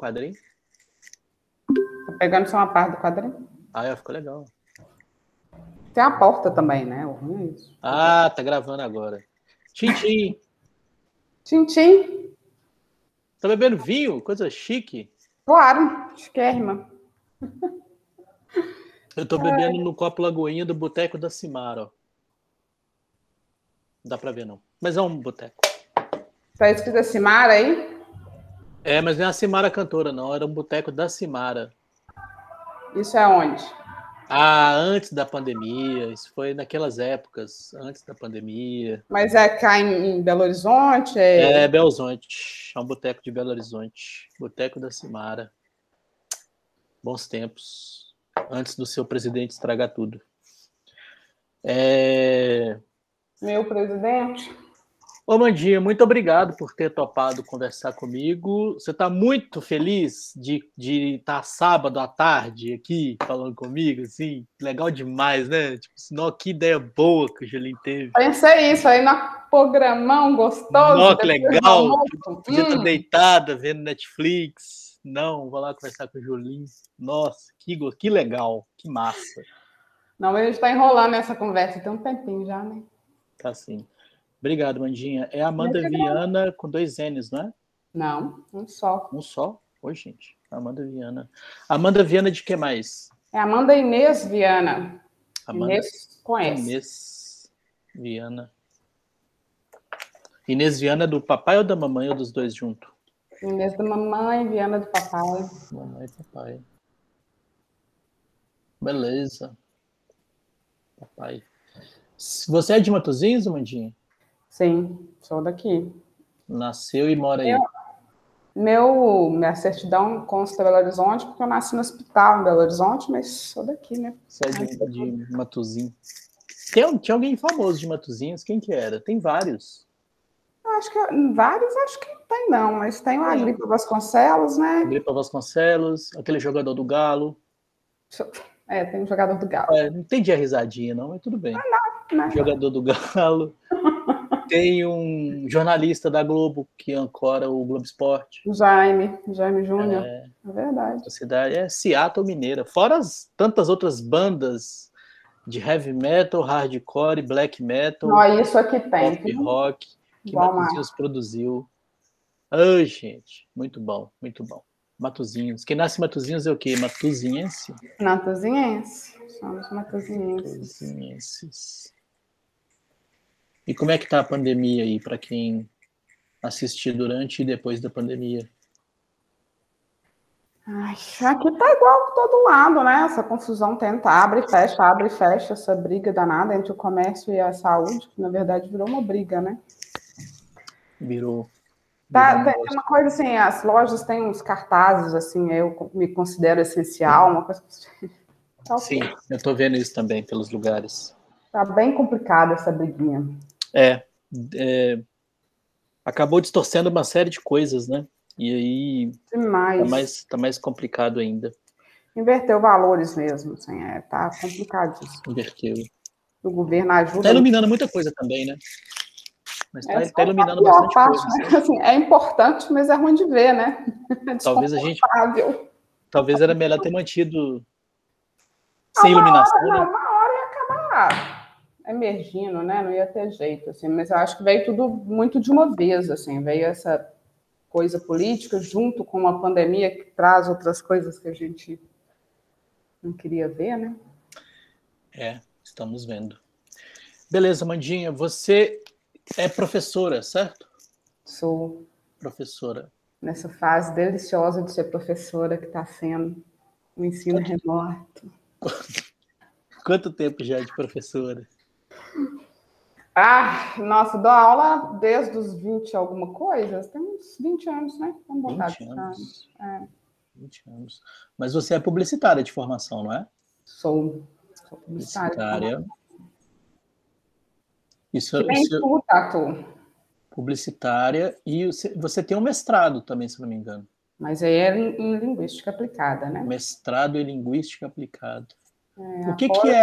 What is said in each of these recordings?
quadrinho? Tá pegando só uma parte do quadrinho? Ah, ficou legal. Tem a porta também, né? O ruim é isso. Ah, tá gravando agora. Tintim. Tintim. Tá bebendo vinho? Coisa chique. Claro, esquerma. Eu tô bebendo no copo Lagoinha do Boteco da Cimara, ó. Não dá pra ver, não. Mas é um boteco. Tá escrito a Cimara aí? É, mas não é a Cimara cantora, não. Era um boteco da Cimara. Isso é onde? Ah, antes da pandemia. Isso foi naquelas épocas, antes da pandemia. Mas é cá em Belo Horizonte? É Belo Horizonte. É um boteco de Belo Horizonte. Boteco da Cimara. Bons tempos. Antes do seu presidente estragar tudo. Meu presidente? Ô, Mandinha, muito obrigado por ter topado conversar comigo. Você está muito feliz de estar sábado à tarde aqui falando comigo? Assim, legal demais, né? Tipo, senão, que ideia boa que o Julinho teve. Pensei isso aí no programão gostoso, Nó, que depois do legal. almoço. Podia estar deitada vendo Netflix. Não, vou lá conversar com o Julinho. Nossa, que legal, que massa. Não, a gente está enrolando essa conversa tem um tempinho já, né? Tá assim. Obrigado, Mandinha. É Amanda Viana com 2 N's, não é? Não, um só. Um só? Oi, gente. Amanda Viana. Amanda Viana de que mais? É Amanda Inês Viana. Amanda Inês conhece. Inês Viana. Inês Viana é do papai ou da mamãe ou dos dois juntos? Inês da mamãe, Viana do papai. Mamãe e papai. Beleza. Papai. Você é de Matosinhos, Amandinha? Sim, sou daqui. Nasceu e mora aí. Minha certidão consta em Belo Horizonte, porque eu nasci no hospital em Belo Horizonte, mas sou daqui, né? Você é de Matosinhos. Tinha alguém famoso de Matosinhos? Quem que era? Tem vários. Acho que vários, acho que não tem, não, mas tem o Agripa Vasconcelos, né? Agripa Vasconcelos, aquele jogador do Galo. Tem um jogador do Galo. Não entendi a risadinha, não, mas tudo bem. Não. Jogador do Galo. Tem um jornalista da Globo que ancora o Globo Esporte. Jaime Júnior. É verdade. A cidade é Seattle Mineira. Fora tantas outras bandas de heavy metal, hardcore, black metal, Isso aqui tem. pop rock, que Matosinhos produziu. Ai, gente, muito bom, muito bom. Matosinhos. Quem nasce em Matosinhos é o quê? Matosinhense? Matosinhense. Somos matosinhenses. Matosinhenses. E como é que tá a pandemia aí, para quem assistir durante e depois da pandemia? Aqui tá igual todo lado, né? Essa confusão abre e fecha, essa briga danada entre o comércio e a saúde, que na verdade virou uma briga, né? Virou. Tem uma coisa assim, as lojas têm uns cartazes, assim, eu me considero essencial, uma coisa assim. Sim, eu tô vendo isso também pelos lugares. Tá bem complicada essa briguinha. Acabou distorcendo uma série de coisas, né? E aí Demais. Tá mais complicado ainda. Inverteu valores mesmo, assim, tá complicadíssimo. Inverteu. O governo ajuda. Tá iluminando muita coisa também, né? Mas tá iluminando bastante parte, coisa. Né? Assim, é importante, mas é ruim de ver, né? Talvez era melhor ter mantido sem iluminação, né? Uma hora ia acabar emergindo, né? Não ia ter jeito, assim. Mas eu acho que veio tudo muito de uma vez, assim. Veio essa coisa política junto com uma pandemia que traz outras coisas que a gente não queria ver, né? Estamos vendo. Beleza, Mandinha, você é professora, certo? Sou. Professora. Nessa fase deliciosa de ser professora que está sendo o ensino remoto. Quanto tempo já de professora? Nossa, dou aula desde os 20 alguma coisa. Tem uns 20 anos, né? Vamos botar 20 anos. 20 anos. Mas você é publicitária de formação, não é? Sou publicitária. Isso que nem tu, Tatu. Publicitária. E você tem um mestrado também, se não me engano. Mas aí é em linguística aplicada, né? Mestrado em linguística aplicada. O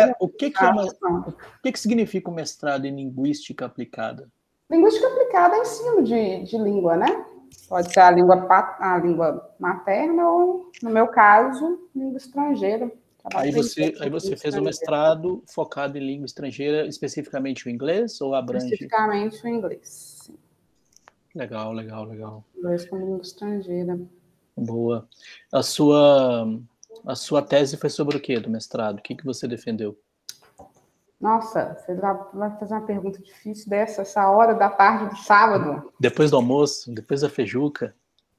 que significa o mestrado em linguística aplicada? Linguística aplicada é ensino de língua, né? Pode ser a língua materna ou, no meu caso, língua estrangeira. Aí você fez o mestrado focado em língua estrangeira, especificamente o inglês, ou abrange? Especificamente o inglês, sim. Legal. Inglês como língua estrangeira. Boa. A sua tese foi sobre o quê do mestrado? O que você defendeu? Nossa, você vai fazer uma pergunta difícil essa hora da tarde do sábado. Depois do almoço, depois da feijuca.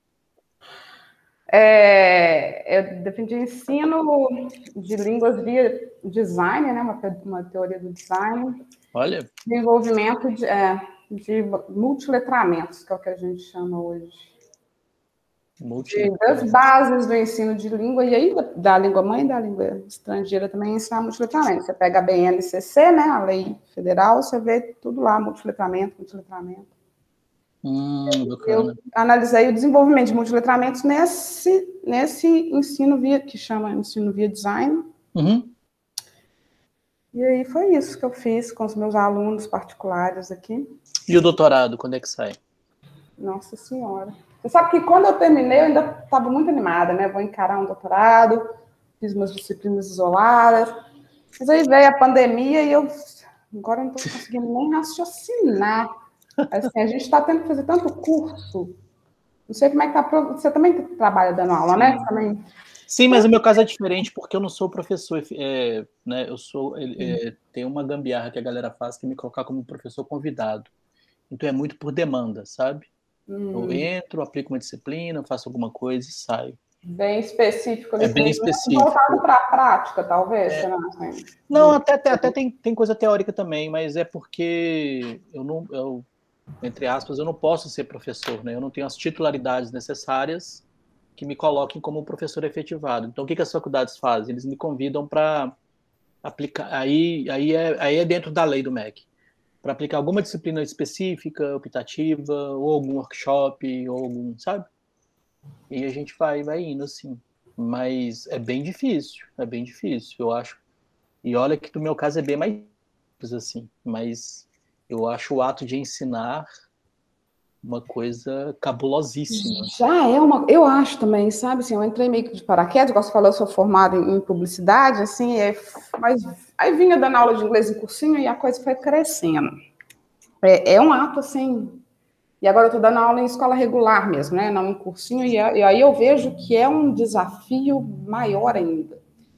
Eu defendi ensino de línguas via design, né? Uma teoria do design. Olha. Desenvolvimento de multiletramentos, que é o que a gente chama hoje. Das bases do ensino de língua, e aí da língua mãe e da língua estrangeira também ensinar multiletramento. Você pega a BNCC, né, a lei federal, você vê tudo lá, multiletramento. Bacana. Eu analisei o desenvolvimento de multiletramentos nesse ensino que chama ensino via design. Uhum. E aí foi isso que eu fiz com os meus alunos particulares aqui. E o doutorado, quando é que sai? Nossa Senhora. Você sabe que quando eu terminei, eu ainda estava muito animada, né? Vou encarar um doutorado, fiz umas disciplinas isoladas. Mas aí veio a pandemia e agora não estou conseguindo nem raciocinar. Assim, a gente está tendo que fazer tanto curso. Não sei como é que tá. Você também trabalha dando aula, Sim. né? Também. Sim, mas o meu caso é diferente porque eu não sou professor, né? Tem uma gambiarra que a galera faz que é me colocar como professor convidado. Então é muito por demanda, sabe? Eu entro, aplico uma disciplina, faço alguma coisa e saio. Bem específico. É bem específico. Voltado para a prática, talvez? Não, até tem coisa teórica também, mas é porque entre aspas, eu não posso ser professor, né? Eu não tenho as titularidades necessárias que me coloquem como professor efetivado. Então, o que as faculdades fazem? Eles me convidam para aplicar. Aí é dentro da lei do MEC. Para aplicar alguma disciplina específica, optativa, ou algum workshop, ou algum, sabe? E a gente vai indo assim. Mas é bem difícil, eu acho. E olha que no meu caso é bem mais simples, assim. Mas eu acho o ato de ensinar uma coisa cabulosíssima. Eu acho também, sabe, assim, eu entrei meio que de paraquedas, igual você falou, eu sou formada em publicidade, assim, mas aí vinha dando aula de inglês em cursinho e a coisa foi crescendo. É um ato, assim, e agora eu estou dando aula em escola regular mesmo, né, não em cursinho, e aí eu vejo que é um desafio maior ainda.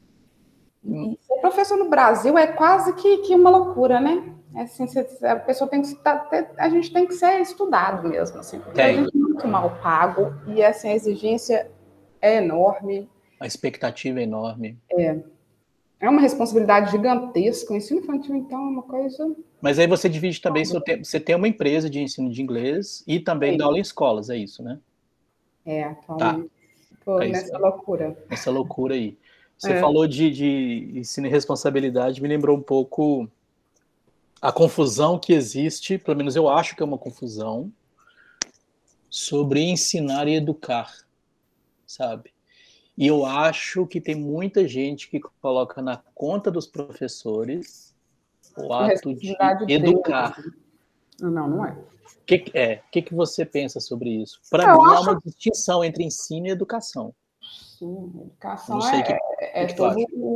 E ser professor no Brasil é quase que uma loucura, né? Assim, a pessoa tem que a gente tem que ser estudado mesmo, assim, porque a gente é muito mal pago e assim, a exigência é enorme. A expectativa é enorme. É uma responsabilidade gigantesca. O ensino infantil, então, é uma coisa... Mas aí você divide também, você tem uma empresa de ensino de inglês e também dá aula em escolas, é isso, né? Atualmente. Tô nessa loucura. Essa loucura aí. Você falou de ensino e responsabilidade, me lembrou um pouco a confusão que existe, pelo menos eu acho que é uma confusão, sobre ensinar e educar, sabe? E eu acho que tem muita gente que coloca na conta dos professores o ato de educar. Não é. O que você pensa sobre isso? Para mim, há uma distinção entre ensino e educação. Sim, educação não sei todo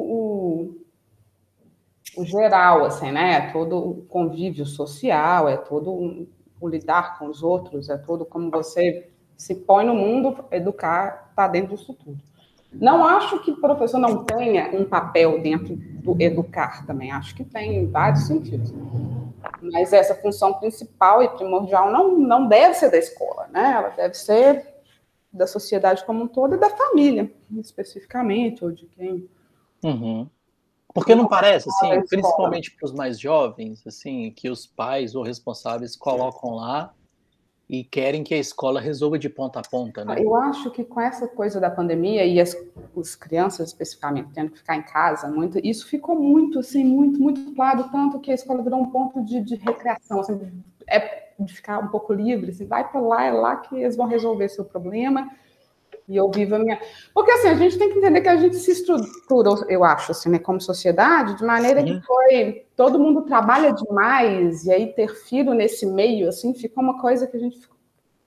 o geral, assim, né? É todo o convívio social, é todo o lidar com os outros, é todo como você se põe no mundo, educar está dentro disso tudo. Não acho que o professor não tenha um papel dentro do educar também, acho que tem em vários sentidos. Mas essa função principal e primordial não deve ser da escola, né? Ela deve ser da sociedade como um todo e da família, especificamente, ou de quem... Uhum. Porque não parece, assim, principalmente para os mais jovens, assim, que os pais ou responsáveis colocam lá e querem que a escola resolva de ponta a ponta, né? Eu acho que com essa coisa da pandemia e as crianças especificamente tendo que ficar em casa muito, isso ficou muito, assim, muito claro, tanto que a escola virou um ponto de recreação, assim, de ficar um pouco livre, assim, vai para lá, é lá que eles vão resolver seu problema. E eu vivo a minha... Porque, assim, a gente tem que entender que a gente se estrutura, eu acho, assim, né, como sociedade, de maneira que todo mundo trabalha demais, e aí ter filho nesse meio, assim, ficou uma coisa que a gente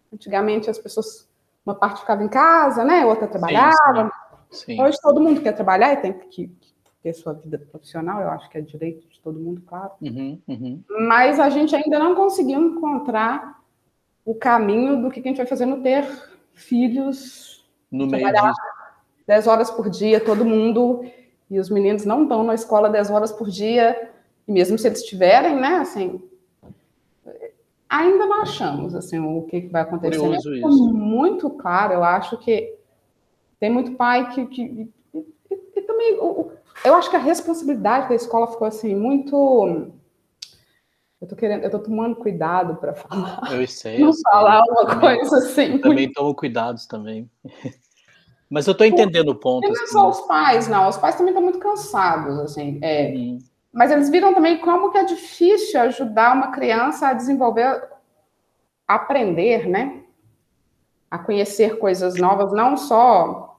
Antigamente as pessoas, uma parte ficava em casa, né? Outra trabalhava. Sim. Hoje todo mundo quer trabalhar e tem que ter sua vida profissional, eu acho que é direito de todo mundo, claro. Mas a gente ainda não conseguiu encontrar o caminho do que a gente vai fazer no ter filhos, no meio disso. 10 horas por dia, todo mundo, e os meninos não estão na escola 10 horas por dia, e mesmo se eles estiverem, né, assim, ainda não achamos, assim, o que vai acontecer. Curioso isso. Muito claro, eu acho que tem muito pai que também, eu acho que a responsabilidade da escola ficou, assim, muito... Eu tô tomando cuidado para falar. Eu sei. Não falar uma coisa assim. Eu também tomo cuidados também. Mas eu tô entendendo o ponto. Não é só os pais, não. Os pais também estão muito cansados, assim. Mas eles viram também como que é difícil ajudar uma criança a desenvolver, a aprender, né? A conhecer coisas novas, não só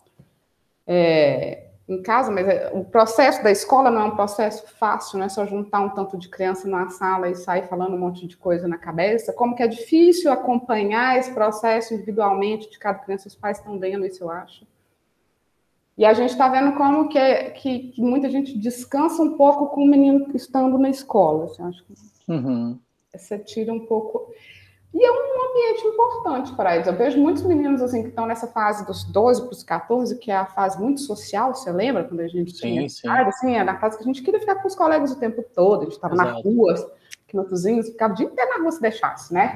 em casa, mas o processo da escola não é um processo fácil, não é só juntar um tanto de criança numa sala e sair falando um monte de coisa na cabeça. Como que é difícil acompanhar esse processo individualmente de cada criança, os pais estão vendo isso, eu acho. E a gente está vendo como que muita gente descansa um pouco com o menino estando na escola. Assim, acho que você tira um pouco... E é um ambiente importante para eles. Eu vejo muitos meninos assim, que estão nessa fase dos 12 para os 14, que é a fase muito social, você lembra? Quando a gente tinha assim, era a fase que a gente queria ficar com os colegas o tempo todo, a gente estava na rua, que nos vizinhos, ficava o dia inteiro na rua se deixasse, né?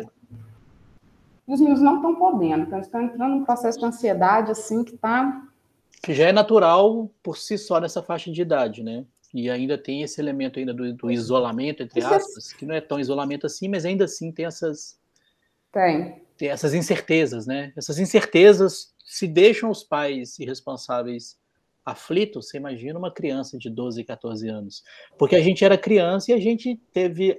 E os meninos não estão podendo, então eles estão entrando num processo de ansiedade assim, que já é natural por si só nessa faixa de idade, né? E ainda tem esse elemento ainda do isolamento, entre aspas, que não é tão isolamento assim, mas ainda assim tem essas... Tem essas incertezas, né? Essas incertezas se deixam os pais irresponsáveis aflitos, você imagina uma criança de 12, 14 anos. Porque a gente era criança e a gente teve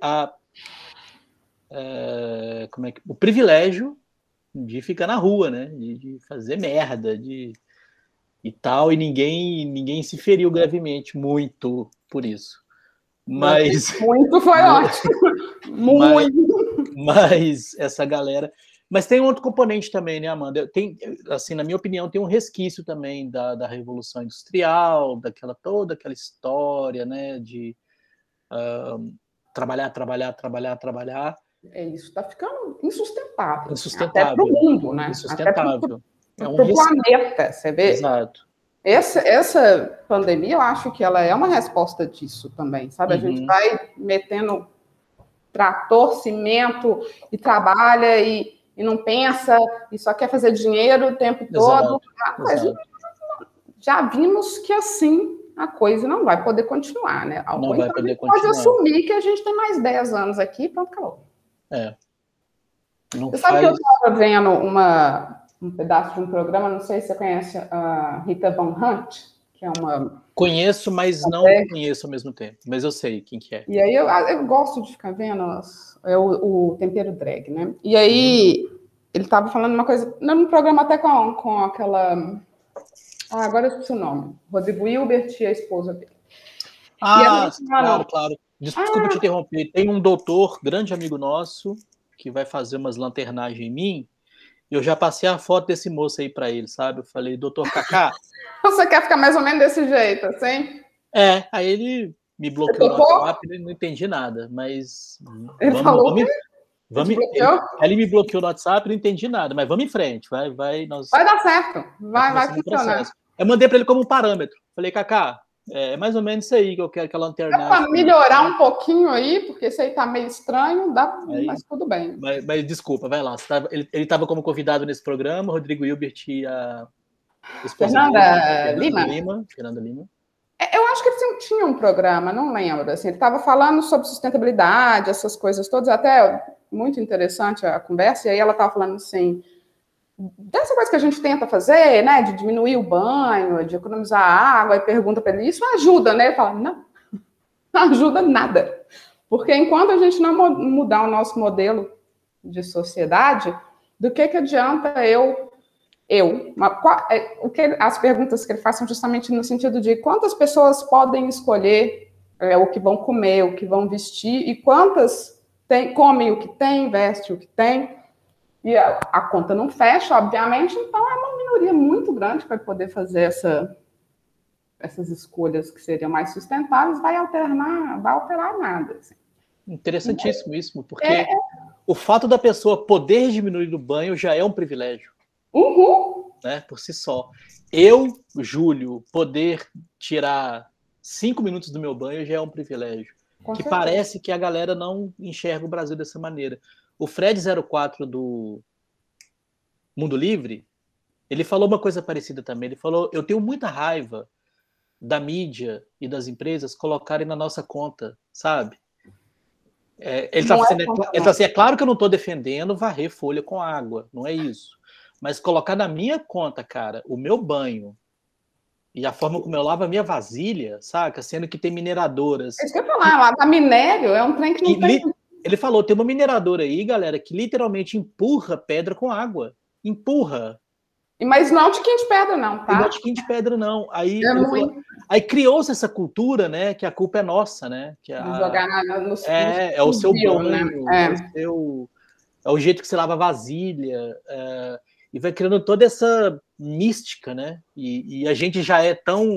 o privilégio de ficar na rua, né? De fazer merda, e tal, e ninguém se feriu gravemente muito por isso. Mas... Muito foi ótimo. Mas essa galera... Mas tem um outro componente também, né, Amanda? Tem, assim, na minha opinião, tem um resquício também da Revolução Industrial, toda aquela história, né, de trabalhar. Isso está ficando insustentável. Insustentável. Até para o mundo, né? Insustentável. Para o planeta, você vê? Exato. Essa pandemia, eu acho que ela é uma resposta disso também, sabe? A gente vai metendo trator, cimento, e trabalha, e não pensa, e só quer fazer dinheiro o tempo todo. Exato. Já vimos que assim a coisa não vai poder continuar, né? Não vai poder continuar. Pode assumir que a gente tem mais 10 anos aqui e pronto, acabou. Você sabe que eu estava vendo um pedaço de um programa, não sei se você conhece a Rita Von Hunt, que é uma... Conheço, mas não conheço ao mesmo tempo, mas eu sei quem que é. E aí eu gosto de ficar vendo o tempero drag, né? E aí ele estava falando uma coisa, num programa até com aquela... agora eu esqueci o nome. Rodrigo Hilbert e a esposa dele. Claro. Desculpa te interromper. Tem um doutor, grande amigo nosso, que vai fazer umas lanternagens em mim. Eu já passei a foto desse moço aí para ele, sabe? Eu falei, doutor Kaká... Você quer ficar mais ou menos desse jeito, assim? Aí ele me bloqueou no WhatsApp, ele não entendi nada, mas... Ele falou ele me bloqueou no WhatsApp, não entendi nada, mas vamos em frente, vai dar certo, vai funcionar. Eu mandei para ele como um parâmetro, falei, Kaká, é mais ou menos isso aí que eu quero que a lanternagem... Para melhorar um pouquinho aí, porque isso aí tá meio estranho, mas tudo bem. Mas desculpa, vai lá. Ele estava como convidado nesse programa, Rodrigo Hilbert e a esposa Fernanda Lima. Eu acho que ele tinha um programa, não lembro. Assim, ele estava falando sobre sustentabilidade, essas coisas todas, até muito interessante a conversa, e aí ela estava falando assim, dessa coisa que a gente tenta fazer, né, de diminuir o banho, de economizar água, e pergunta para ele, isso ajuda, né? Ele fala, não ajuda nada. Porque enquanto a gente não mudar o nosso modelo de sociedade, do que adianta as perguntas que ele faz são justamente no sentido de quantas pessoas podem escolher o que vão comer, o que vão vestir, e quantas comem o que tem, vestem o que tem. E a conta não fecha, obviamente, então é uma minoria muito grande que vai poder fazer essas escolhas que seriam mais sustentáveis, vai alterar nada. Assim. Interessantíssimo isso, porque o fato da pessoa poder diminuir o banho já é um privilégio. Uhum. Né, por si só. Eu, Júlio, poder tirar 5 minutos do meu banho já é um privilégio. Que parece que a galera não enxerga o Brasil dessa maneira. O Fred04 do Mundo Livre, ele falou uma coisa parecida também. Ele falou, eu tenho muita raiva da mídia e das empresas colocarem na nossa conta, sabe? Ele tá assim, é claro que eu não estou defendendo varrer folha com água, não é isso. Mas colocar na minha conta, cara, o meu banho e a forma como eu lavo a minha vasilha, saca? Sendo que tem mineradoras. É isso que eu ia falar, a minério é um trem que não tem... Ele falou, tem uma mineradora aí, galera, que literalmente empurra pedra com água. Empurra. Mas não de quente pedra, não, tá? E não de quente pedra, não. Aí, aí criou-se essa cultura, né? Que a culpa é nossa, né? Que jogar nos é o seu banho, né? É o jeito que você lava a vasilha. E vai criando toda essa mística, né? E a gente já é tão...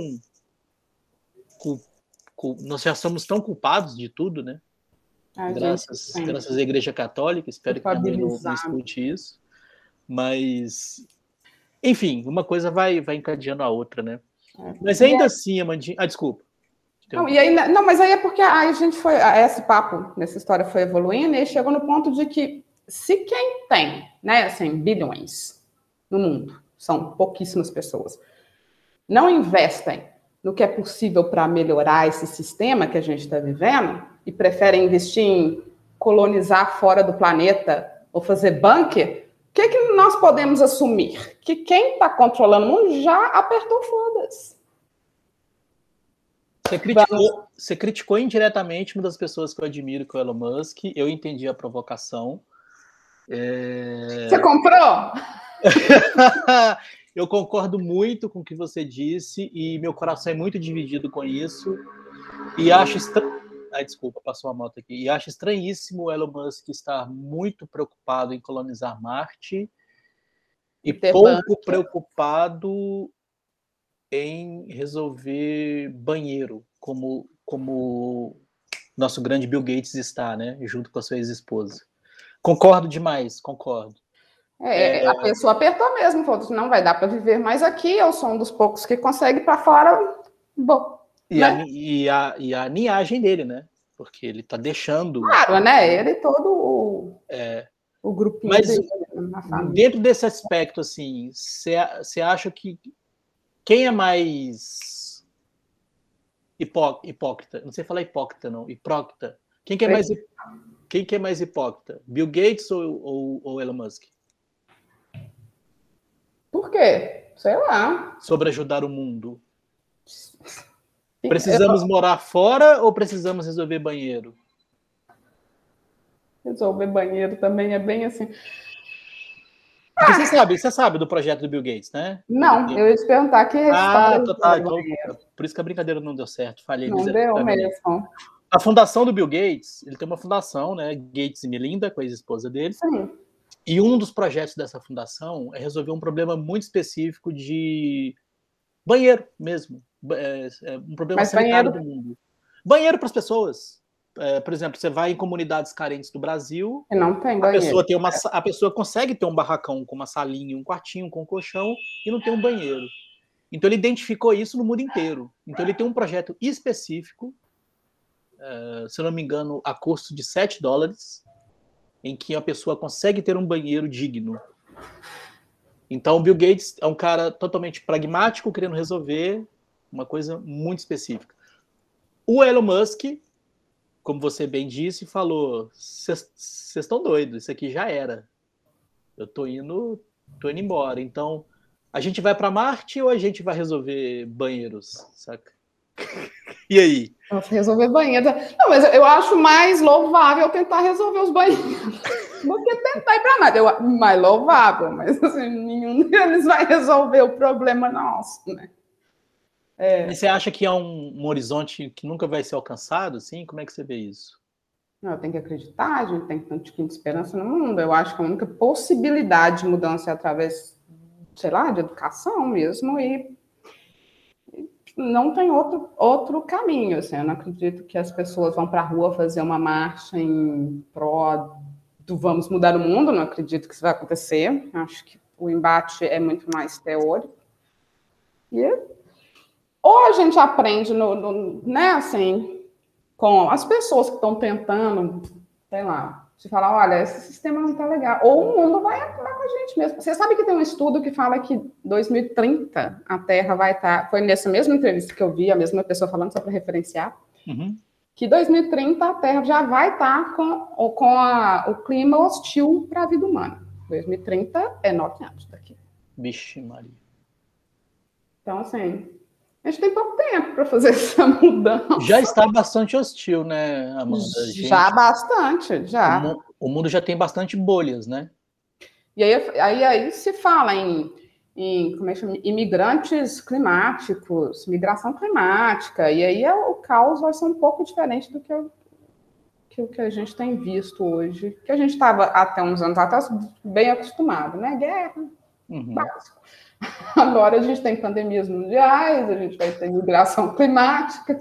nós já somos tão culpados de tudo, né? Graças à Igreja Católica, espero que minha mãe não escute isso. Mas, enfim, uma coisa vai encadeando a outra, né? Mas ainda assim, Amandinha... desculpa. Mas aí é porque a gente foi... Esse papo, nessa história, foi evoluindo e chegou no ponto de que se quem tem, né, assim, bilhões no mundo, são pouquíssimas pessoas, não investem no que é possível para melhorar esse sistema que a gente está vivendo e preferem investir em colonizar fora do planeta ou fazer bunker, o que nós podemos assumir? Que quem está controlando o mundo já apertou foda-se. Você criticou indiretamente uma das pessoas que eu admiro, que é o Elon Musk. Eu entendi a provocação. Você comprou? Eu concordo muito com o que você disse e meu coração é muito dividido com isso. E acho desculpa, passou a moto aqui. E acho estranhíssimo o Elon Musk estar muito preocupado em colonizar Marte e pouco preocupado em resolver banheiro, como nosso grande Bill Gates está, né? Junto com a sua ex-esposa. Concordo demais, concordo. A pessoa apertou mesmo, falou, não vai dar para viver mais aqui, eu sou um dos poucos que consegue para fora. Bom, e a linhagem dele, né? Porque ele está deixando... Claro, né? Ele todo o grupinho dele na família. Dentro desse aspecto, assim, você acha que quem é mais hipócrita? Não sei falar hipócrita, não. Hipócrita. Quem que é mais hipócrita? Bill Gates ou Elon Musk? Por quê? Sei lá. Sobre ajudar o mundo. Precisamos morar fora ou precisamos resolver banheiro? Resolver banheiro também é bem assim. Porque você sabe do projeto do Bill Gates, né? Não, eu ia te perguntar que então, por isso que a brincadeira não deu certo. Falhei. Não deu mesmo. A fundação do Bill Gates, ele tem uma fundação, né? Gates e Melinda, com a ex-esposa dele. Sim. E um dos projetos dessa fundação é resolver um problema muito específico de banheiro mesmo. Um problema sanitário do mundo. Banheiro para as pessoas. Por exemplo, você vai em comunidades carentes do Brasil, e não tem banheiro. A pessoa consegue ter um barracão com uma salinha, um quartinho com um colchão e não tem um banheiro. Então ele identificou isso no mundo inteiro. Então ele tem um projeto específico, se eu não me engano, a custo de $7, em que a pessoa consegue ter um banheiro digno. Então o Bill Gates é um cara totalmente pragmático, querendo resolver uma coisa muito específica. O Elon Musk, como você bem disse, falou, vocês estão doidos, isso aqui já era. Eu tô indo embora. Então, a gente vai para Marte ou a gente vai resolver banheiros, saca? E aí? Nossa, resolver banheiro. Não, mas eu acho mais louvável tentar resolver os banheiros do que tentar ir para nada. Mais louvável, mas assim, nenhum deles vai resolver o problema nosso, né? Mas você acha que é um horizonte que nunca vai ser alcançado, assim? Como é que você vê isso? Não, tem que acreditar, a gente tem que ter um tiquinho de esperança no mundo. Eu acho que a única possibilidade de mudança é através, sei lá, de educação mesmo, e não tem outro caminho. Assim, eu não acredito que as pessoas vão para a rua fazer uma marcha em pró do vamos mudar o mundo, não acredito que isso vai acontecer. Acho que o embate é muito mais teórico. E ou a gente aprende né, assim, com as pessoas que estão tentando, sei lá, se falar, olha, esse sistema não está legal. Ou o mundo vai acabar com a gente mesmo. Você sabe que tem um estudo que fala que 2030 a Terra vai estar, foi nessa mesma entrevista que eu vi, a mesma pessoa falando, só para referenciar, que 2030 a Terra já vai estar com o clima hostil para a vida humana. 2030 é 9 anos daqui. Vixe, Maria. Então, assim, a gente tem pouco tempo para fazer essa mudança. Já está bastante hostil, né, Amanda? Já bastante, já. O mundo já tem bastante bolhas, né? E aí se fala em como é que chama? Imigrantes climáticos, migração climática, e aí o caos vai ser um pouco diferente do que o que a gente tem visto hoje, que a gente estava até uns anos atrás bem acostumado, né? Guerra, básico. Agora a gente tem pandemias mundiais, a gente vai ter migração climática,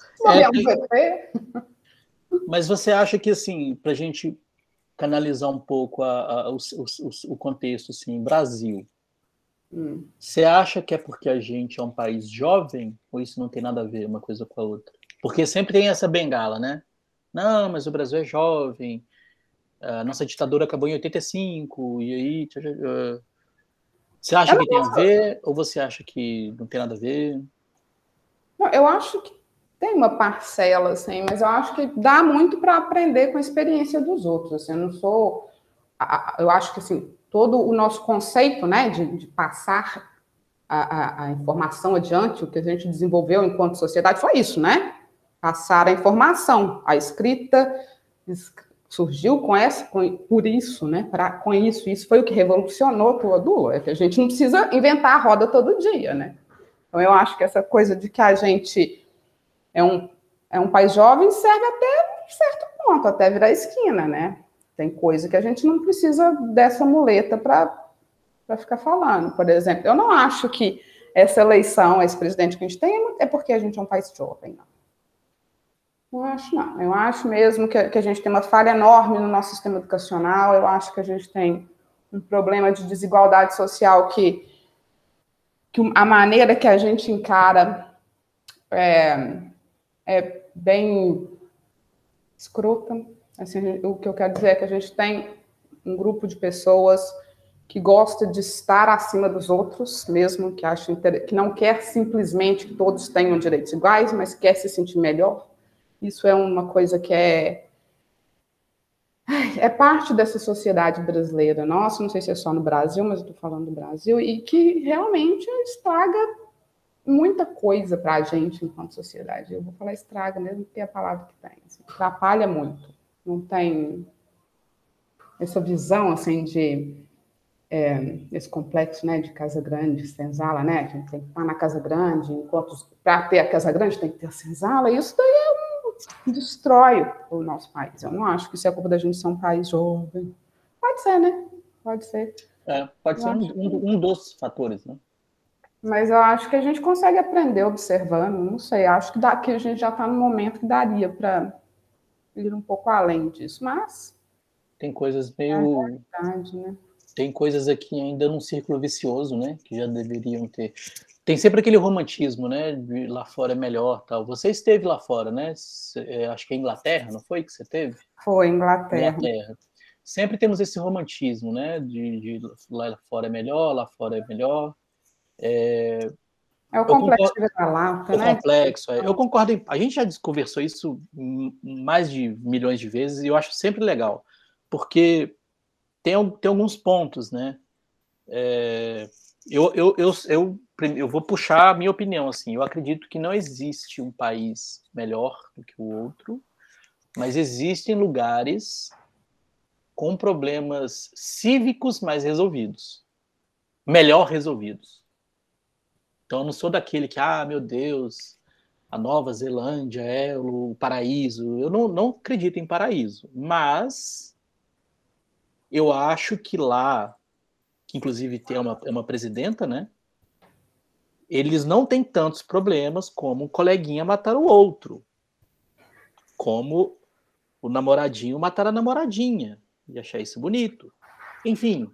Mas você acha que, assim, para a gente canalizar um pouco o contexto, assim, Brasil, você acha que é porque a gente é um país jovem ou isso não tem nada a ver uma coisa com a outra? Porque sempre tem essa bengala, né? Não, mas o Brasil é jovem, a nossa ditadura acabou em 85, e aí... Você acha que tem a ver ou você acha que não tem nada a ver? Eu acho que tem uma parcela, assim, mas eu acho que dá muito para aprender com a experiência dos outros. Assim, eu não sou... Eu acho que, assim, todo o nosso conceito, né, de passar a informação adiante, o que a gente desenvolveu enquanto sociedade foi isso, né? Passar a informação. A escrita surgiu por isso, né? Com isso. Isso foi o que revolucionou tudo. É que a gente não precisa inventar a roda todo dia, né? Então, eu acho que essa coisa de que a gente é um país jovem serve até um certo ponto, até virar esquina, né? Tem coisa que a gente não precisa dessa muleta para ficar falando. Por exemplo, eu não acho que essa eleição, esse presidente que a gente tem, é porque a gente é um país jovem, não. Não acho, não. Eu acho mesmo que a gente tem uma falha enorme no nosso sistema educacional, eu acho que a gente tem um problema de desigualdade social que a maneira que a gente encara é bem escrota. Assim, o que eu quero dizer é que a gente tem um grupo de pessoas que gosta de estar acima dos outros, mesmo que não quer simplesmente que todos tenham direitos iguais, mas quer se sentir melhor. Isso é uma coisa que é parte dessa sociedade brasileira. Nossa, não sei se é só no Brasil, mas eu estou falando do Brasil, e que realmente estraga muita coisa para a gente enquanto sociedade. Eu vou falar estraga mesmo, porque é a palavra que tem. Assim, atrapalha muito. Não tem essa visão assim de esse complexo, né, de casa grande, senzala, né? A gente tem que estar na casa grande, enquanto para ter a casa grande tem que ter a senzala. Isso daí destrói o nosso país. Eu não acho que isso é culpa da gente ser um país jovem. Pode ser, né? Pode ser. Pode ser um dos fatores, né? Mas eu acho que a gente consegue aprender observando, não sei, acho que a gente já está no momento que daria para ir um pouco além disso, mas tem coisas meio... É a realidade, né? Tem coisas aqui ainda num círculo vicioso, né? Que já deveriam ter. Tem sempre aquele romantismo, né? De lá fora é melhor, tal. Você esteve lá fora, né? Acho que é Inglaterra, não foi que você teve? Foi Inglaterra. Sempre temos esse romantismo, né? De lá fora é melhor, lá fora é melhor. É o complexo de vira-lata, né? O complexo, eu concordo. A gente já conversou isso mais de milhões de vezes e eu acho sempre legal, porque tem alguns pontos, né? Eu vou puxar a minha opinião, assim. Eu acredito que não existe um país melhor do que o outro, mas existem lugares com problemas cívicos mais resolvidos, melhor resolvidos. Então, eu não sou daquele que, meu Deus, a Nova Zelândia é o paraíso. Eu não acredito em paraíso, mas eu acho que lá, que inclusive tem uma presidenta, né? Eles não têm tantos problemas como um coleguinha matar o outro, como o namoradinho matar a namoradinha e achar isso bonito. Enfim,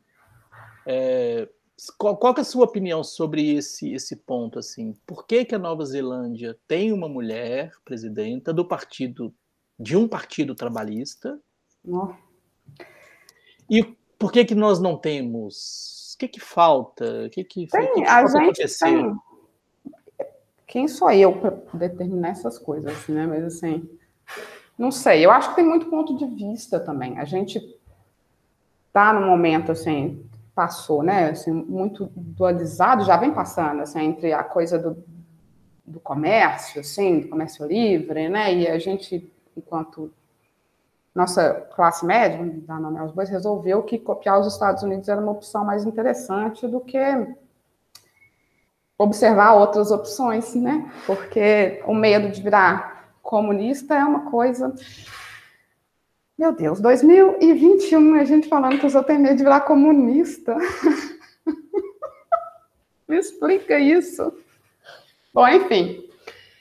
qual que é a sua opinião sobre esse ponto? Assim? Por que a Nova Zelândia tem uma mulher presidenta de um partido trabalhista? Não. E por que nós não temos? O que falta? O que A falta gente acontecer? tem. Quem sou eu para determinar essas coisas, né? Mas assim, não sei. Eu acho que tem muito ponto de vista também. A gente tá no momento assim, passou, né? Assim, muito dualizado, já vem passando, assim, entre a coisa do comércio, assim, do comércio livre, né? E a gente, enquanto nossa classe média, vamos dar nome aos bois, resolveu que copiar os Estados Unidos era uma opção mais interessante do que observar outras opções, né? Porque o medo de virar comunista é uma coisa. Meu Deus, 2021, a gente falando que os outros têm medo de virar comunista. Me explica isso. Bom, enfim.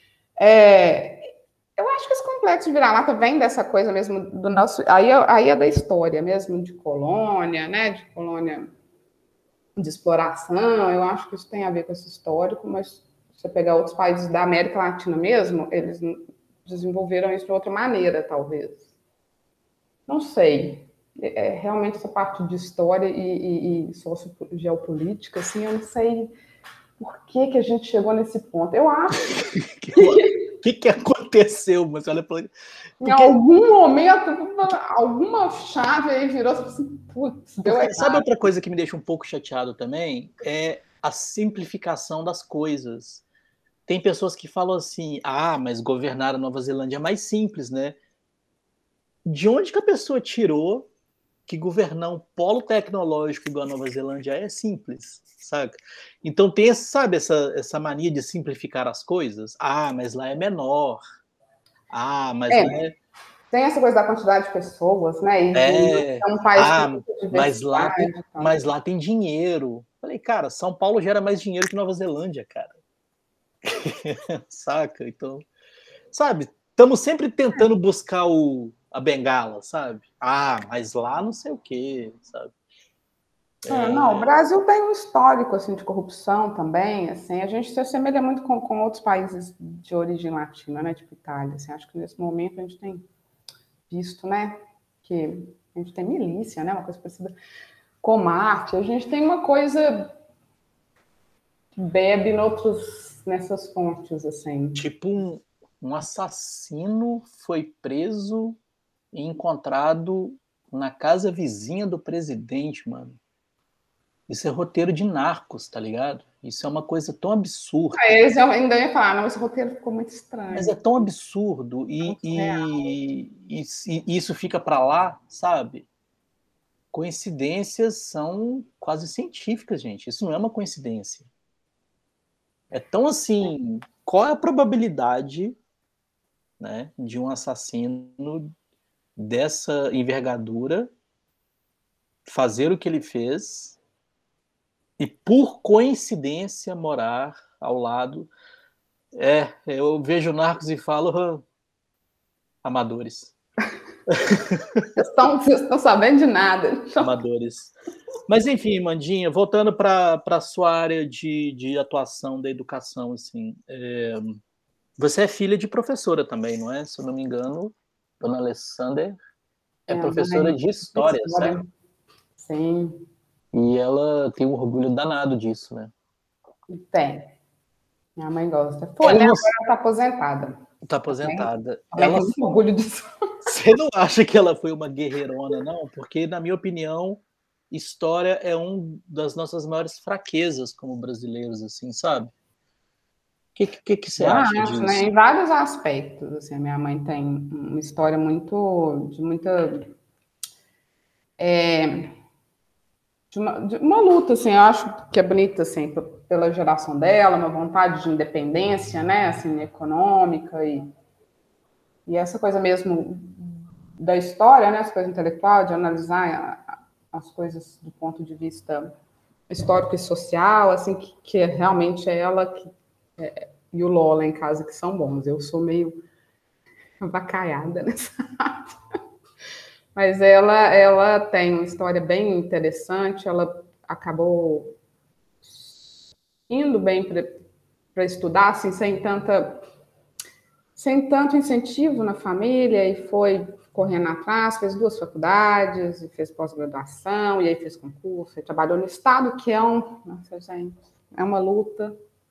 Eu acho que esse complexo de vira-lata vem dessa coisa mesmo do nosso. Aí é da história mesmo, de colônia, né? De colônia de exploração. Eu acho que isso tem a ver com esse histórico, mas se você pegar outros países da América Latina mesmo, eles desenvolveram isso de outra maneira, talvez. Não sei. Realmente essa parte de história e geopolítica, assim, eu não sei por que a gente chegou nesse ponto. Eu acho O que aconteceu? Mas olha, em algum momento, alguma chave aí virou assim, putz, deu porque sabe errado. outra coisa que me deixa um pouco chateado também? É a simplificação das coisas. Tem pessoas que falam assim: ah, mas governar a Nova Zelândia é mais simples, né? De onde que a pessoa tirou que governar um polo tecnológico igual a Nova Zelândia é simples, saca? Então tem, sabe, essa mania de simplificar as coisas. Ah, mas lá é menor. Ah, mas lá É, tem essa coisa da quantidade de pessoas, né? E de é um país com ah, muita mas lá tem, diversidade. Então. mas lá tem dinheiro. Falei, cara, São Paulo gera mais dinheiro que Nova Zelândia, cara. Saca? Então, sabe, estamos sempre tentando buscar a bengala, sabe? Ah, mas lá não sei o quê, sabe? Não, o Brasil tem um histórico assim de corrupção também, assim, a gente se assemelha muito com outros países de origem latina, né, tipo Itália, assim, acho que nesse momento a gente tem visto, né, que a gente tem milícia, né, uma coisa parecida com Marte, a gente tem uma coisa que bebe nessas fontes, assim. Tipo um assassino foi preso e encontrado na casa vizinha do presidente, mano. Isso é roteiro de Narcos, tá ligado? Isso é uma coisa tão absurda. Aí eles ainda iam falar, não, esse roteiro ficou muito Mas é estranho, tão absurdo muito surreal. e isso fica para lá, sabe? Coincidências são quase científicas, gente. Isso não é uma coincidência. É tão assim. Qual é a probabilidade, né, de um assassino dessa envergadura fazer o que ele fez e, por coincidência, morar ao lado? Eu vejo Narcos e falo, amadores. Vocês estão sabendo de nada. Amadores. Mas enfim, Mandinha, voltando para a sua área de atuação da educação, assim, você é filha de professora também, não é? Se eu não me engano, Dona Alessander é É, professora de história, certo? história, sim, E ela tem um orgulho danado disso, né? tem. Minha mãe gosta. Foi, Ela né? não Agora ela está aposentada. está Também, aposentada. também tem muito orgulho disso. Você não acha que ela foi uma guerreirona, não? Porque, na minha opinião, história é uma das nossas maiores fraquezas como brasileiros, assim, sabe? O que você Eu acha acho, né? disso? Em vários aspectos. Assim, a minha mãe tem uma história de de uma luta, assim, eu acho que é bonita, assim, pela geração dela, uma vontade de independência, né, assim, econômica e essa coisa mesmo da história, né, essa coisa intelectual, de analisar as coisas do ponto de vista histórico e social, assim, que realmente é ela e o Lola em casa que são bons. Eu sou meio avacaiada nessa área. Mas ela tem uma história bem interessante, ela acabou indo bem para estudar, assim, sem tanto incentivo na família, e foi correndo atrás, fez 2 faculdades, e fez pós-graduação, e aí fez concurso, e trabalhou no Estado, que é nossa, gente, é uma luta.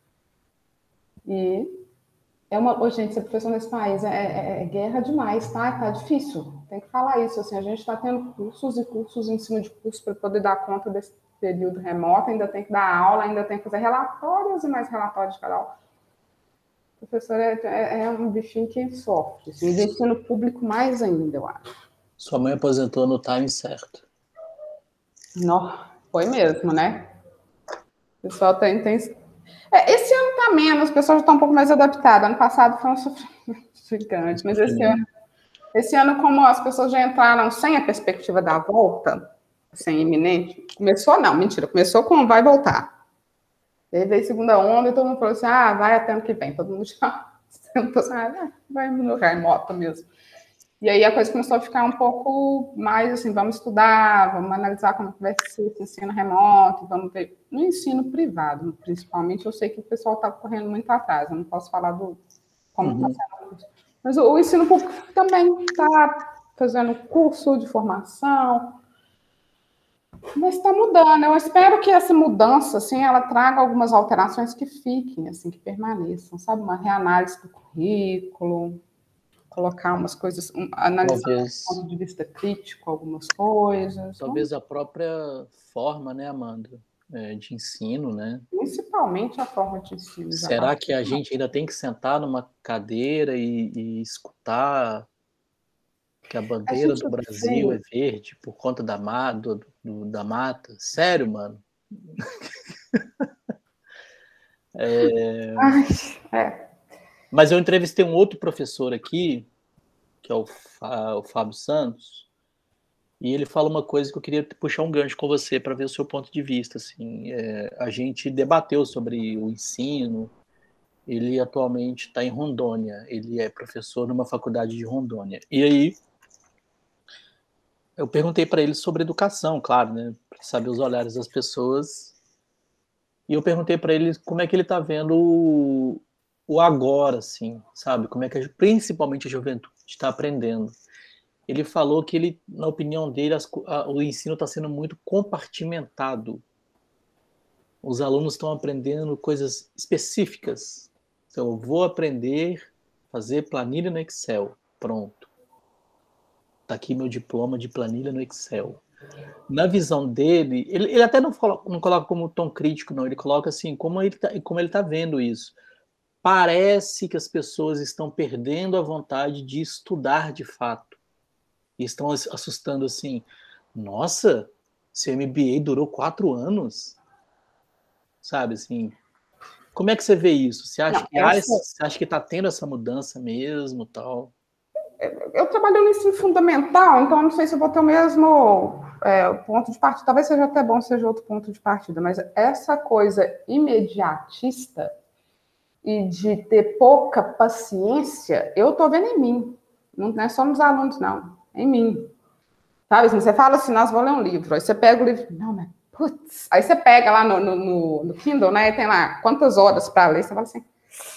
E gente, ser professor nesse país é guerra demais, tá? Tá difícil, tem que falar isso, assim, a gente está tendo cursos e cursos em cima de cursos para poder dar conta desse período remoto, ainda tem que dar aula, ainda tem que fazer relatórios e mais relatórios de cada aula. O professor é um bichinho que sofre, assim, de ensino público mais ainda, eu acho. Sua mãe aposentou no time certo. Não, foi mesmo, né? O pessoal esse ano tá menos, o pessoal já está um pouco mais adaptado. Ano passado foi um sofrimento gigante, mas esse ano, como as pessoas já entraram sem a perspectiva da volta, sem iminente, começou com vai voltar. E aí veio segunda onda e todo mundo falou assim, vai até ano que vem. Todo mundo já sentou assim, vai no remoto mesmo. E aí a coisa começou a ficar um pouco mais assim, vamos estudar, vamos analisar como vai ser esse ensino remoto, vamos ver. No ensino privado, principalmente, eu sei que o pessoal está correndo muito atrás, eu não posso falar do como está sendo o curso. Mas o ensino público também está fazendo curso de formação, mas está mudando. Eu espero que essa mudança, assim, ela traga algumas alterações que fiquem, assim, que permaneçam, sabe? Uma reanálise do currículo, colocar umas coisas, analisar Talvez, do ponto de vista crítico algumas coisas. talvez a própria forma, né, Amanda, de ensino, né? Principalmente a forma de ensino. Será que a gente ainda tem que sentar numa cadeira e escutar que a bandeira do Brasil é verde por conta da mata? Sério, mano? Mas eu entrevistei um outro professor aqui, que é o Fábio Santos, e ele fala uma coisa que eu queria puxar um gancho com você para ver o seu ponto de vista. Assim, a gente debateu sobre o ensino. Ele atualmente está em Rondônia. Ele é professor numa faculdade de Rondônia. E aí eu perguntei para ele sobre educação, claro, né, para saber os olhares das pessoas. E eu perguntei para ele como é que ele está vendo o agora, assim, sabe? Como é que principalmente a juventude está aprendendo. Ele falou que ele, na opinião dele, o ensino está sendo muito compartimentado. Os alunos estão aprendendo coisas específicas. Então, eu vou aprender a fazer planilha no Excel. Pronto. Está aqui meu diploma de planilha no Excel. Na visão dele, ele até não coloca como tom crítico, não. Ele coloca assim, como ele tá vendo isso. Parece que as pessoas estão perdendo a vontade de estudar de fato. E estão assustando assim, nossa, seu MBA durou 4 anos? Sabe, assim, como é que você vê isso? Você acha você acha que está tendo essa mudança mesmo, tal? Eu trabalho no ensino fundamental, então não sei se eu vou ter o mesmo ponto de partida. Talvez seja até bom seja outro ponto de partida, mas essa coisa imediatista e de ter pouca paciência, eu estou vendo em mim. Não é só nos alunos, não. É em mim. Sabe, assim, você fala assim, nós vamos ler um livro. Aí você pega o livro, não, mas putz. Aí você pega lá no Kindle, né? E tem lá quantas horas para ler. Você fala assim,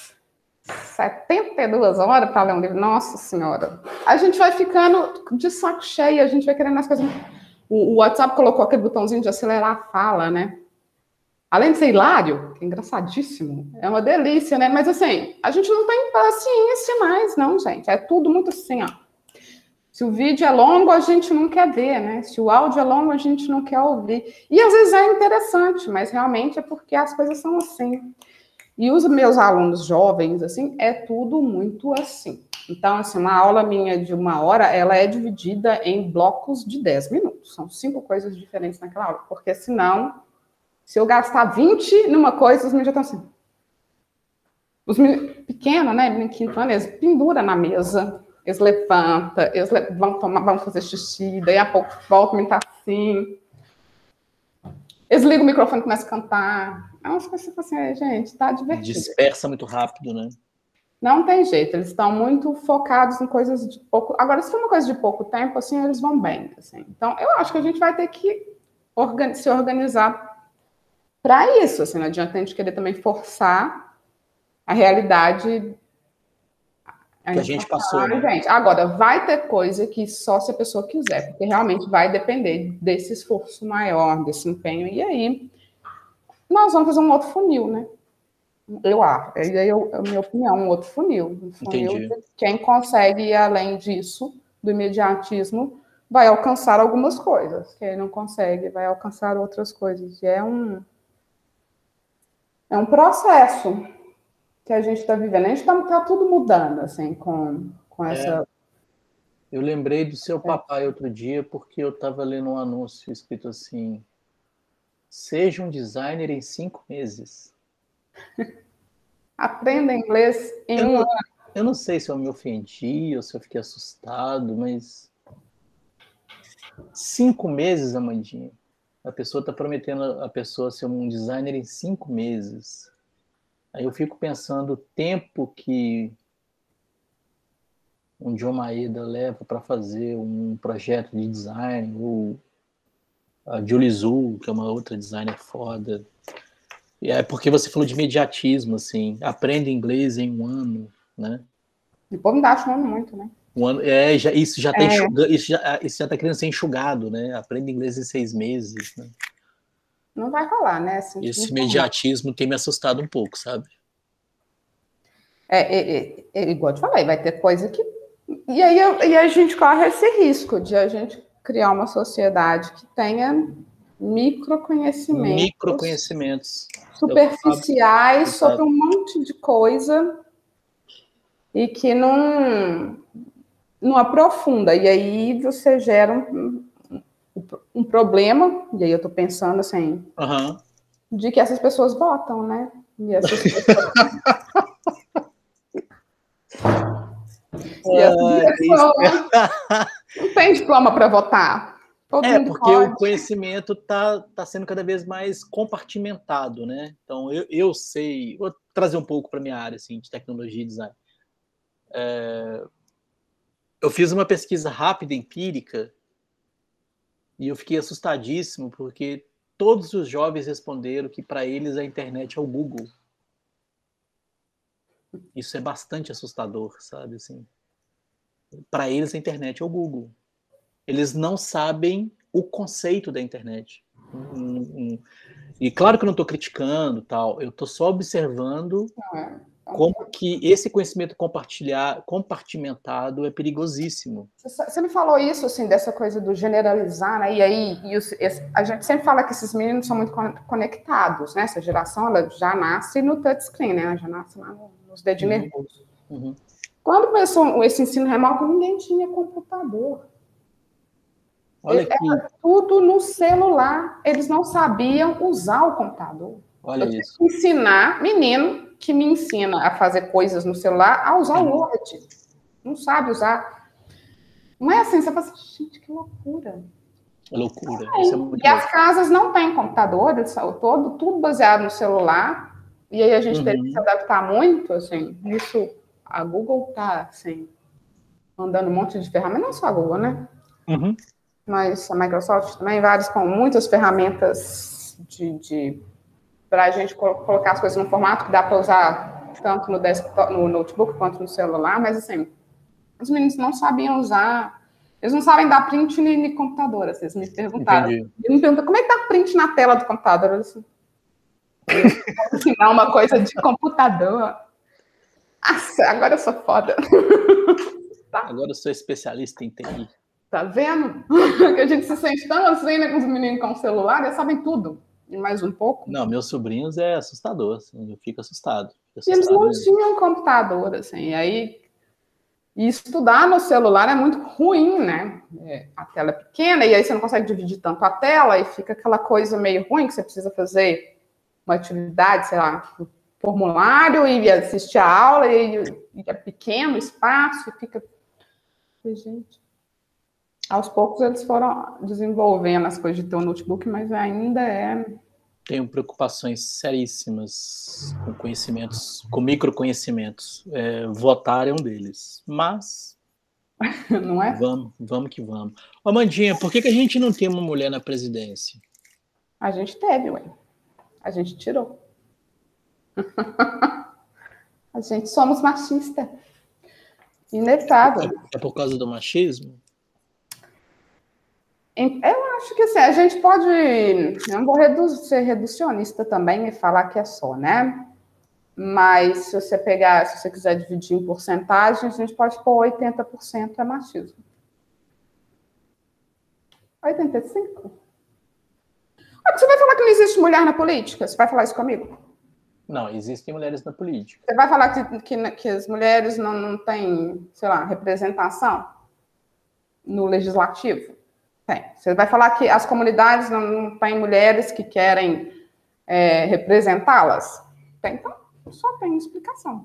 72 horas para ler um livro. Nossa Senhora. A gente vai ficando de saco cheio, a gente vai querendo as coisas. O WhatsApp colocou aquele botãozinho de acelerar a fala, né? Além de ser hilário, que é engraçadíssimo, é uma delícia, né? Mas assim, a gente não tem paciência mais, não, gente. É tudo muito assim, ó. Se o vídeo é longo, a gente não quer ver, né? Se o áudio é longo, a gente não quer ouvir. E às vezes é interessante, mas realmente é porque as coisas são assim. E os meus alunos jovens, assim, é tudo muito assim. Então, assim, uma aula minha de 1 hora, ela é dividida em blocos de 10 minutos. São 5 coisas diferentes naquela aula, porque senão, se eu gastar 20 numa coisa, os meninos já estão assim. Os meninos pequenos, né, menino quinto ano, eles penduram na mesa, eles levantam, vão fazer xixi, daí a pouco voltam, o menino tá assim. Eles ligam o microfone e começam a cantar. É umas coisas assim, gente, tá divertido. Dispersa muito rápido, né? Não tem jeito, eles estão muito focados em coisas de pouco... Agora, se for uma coisa de pouco tempo, assim, eles vão bem, assim. Então, eu acho que a gente vai ter que se organizar para isso, assim, não adianta a gente querer também forçar a realidade... Que a gente passou, né? Gente. Agora, vai ter coisa que só se a pessoa quiser, porque realmente vai depender desse esforço maior, desse empenho, e aí nós vamos fazer um outro funil, né? Eu acho, a minha opinião, um outro funil. Um funil de quem consegue ir além disso, do imediatismo, vai alcançar algumas coisas. Quem não consegue, vai alcançar outras coisas. E é um processo que a gente está vivendo. A gente está tudo mudando, assim, com essa... Eu lembrei do seu papai outro dia, porque eu estava lendo um anúncio escrito assim: seja um designer em 5 meses. Aprenda inglês em um ano. Eu não sei se eu me ofendi ou se eu fiquei assustado, mas 5 meses, Amandinha. A pessoa está prometendo a pessoa ser um designer em 5 meses. Aí eu fico pensando o tempo que um John Maeda leva para fazer um projeto de design, ou a Julie Zhu, que é uma outra designer foda. E é porque você falou de imediatismo, assim, aprende inglês em 1 ano, né? O povo não está achando muito, né? 1 ano, isso já está isso já tá querendo ser enxugado, né? Aprende inglês em 6 meses, né? Não vai rolar, né? Assim, Esse imediatismo tem me assustado um pouco, sabe? Igual eu te falei, vai ter coisa que... E aí a gente corre esse risco de a gente criar uma sociedade que tenha Microconhecimentos superficiais sobre um monte de coisa e que não aprofunda. E aí você gera um problema, e aí eu estou pensando assim, de que essas pessoas votam, né? E essas pessoas... não tem diploma para votar. Porque pode. O conhecimento está sendo cada vez mais compartimentado, né? Então, eu sei... Vou trazer um pouco para a minha área assim, de tecnologia e design. Eu fiz uma pesquisa rápida, empírica, e eu fiquei assustadíssimo, porque todos os jovens responderam que para eles a internet é o Google. Isso é bastante assustador, sabe? Assim, para eles a internet é o Google. Eles não sabem o conceito da internet. E claro que eu não estou criticando, tal, eu estou só observando como que esse conhecimento compartimentado é perigosíssimo. Você me falou isso, assim, dessa coisa do generalizar, né? E aí, a gente sempre fala que esses meninos são muito conectados, né? Essa geração, ela já nasce no touchscreen, né? Ela já nasce lá nos dedinhos nervosos. Quando começou esse ensino remoto, ninguém tinha computador. Olha aqui. Era tudo no celular. Eles não sabiam usar o computador. Olha eu isso. Tinha que ensinar menino que me ensina a fazer coisas no celular a usar o Word. Não sabe usar. Não é assim, você fala assim, gente, que loucura. É loucura. Isso é muito louco. As casas não têm computador, tudo baseado no celular. E aí a gente teve que se adaptar muito, assim, nisso. A Google tá, assim, mandando um monte de ferramentas, não só a Google, né? Mas a Microsoft também, vários com muitas ferramentas para a gente colocar as coisas no formato que dá para usar tanto no desktop, no notebook quanto no celular, mas assim, os meninos não sabiam usar, eles não sabem dar print no computador, assim, eles me perguntaram. Eles me perguntam, como é que dá print na tela do computador? Eu disse, ensinar uma coisa de computador. Nossa, agora eu sou foda. Tá? Agora eu sou especialista em TI. Tá vendo? Que a gente se sente tão assim, né, com os meninos com o celular, eles sabem tudo. E mais um pouco. Não, meus sobrinhos é assustador, assim, eu fico assustado. E eles não tinham computador, assim, e E estudar no celular é muito ruim, né? A tela é pequena e aí você não consegue dividir tanto a tela e fica aquela coisa meio ruim que você precisa fazer uma atividade, sei lá, um formulário e assistir a aula e é pequeno o espaço e fica... Gente, aos poucos eles foram desenvolvendo as coisas de ter um notebook, mas ainda é... Tenho preocupações seríssimas com conhecimentos, com microconhecimentos. Votar é um deles. Mas Não é? vamos que vamos. Ô, Amandinha, por que a gente não tem uma mulher na presidência? A gente teve, ué. A gente tirou. A gente somos machistas. Inevitável. É por causa do machismo? Eu acho que assim, a gente pode. Eu não vou ser reducionista também e falar que é só, né? Mas se você pegar, se você quiser dividir em porcentagem, a gente pode pôr 80% é machismo. 85%? Você vai falar que não existe mulher na política? Você vai falar isso comigo? Não, existem mulheres na política. Você vai falar que as mulheres não têm, sei lá, representação no legislativo? Tem. Você vai falar que as comunidades não têm mulheres que querem representá-las? Tem. Então, só tem explicação.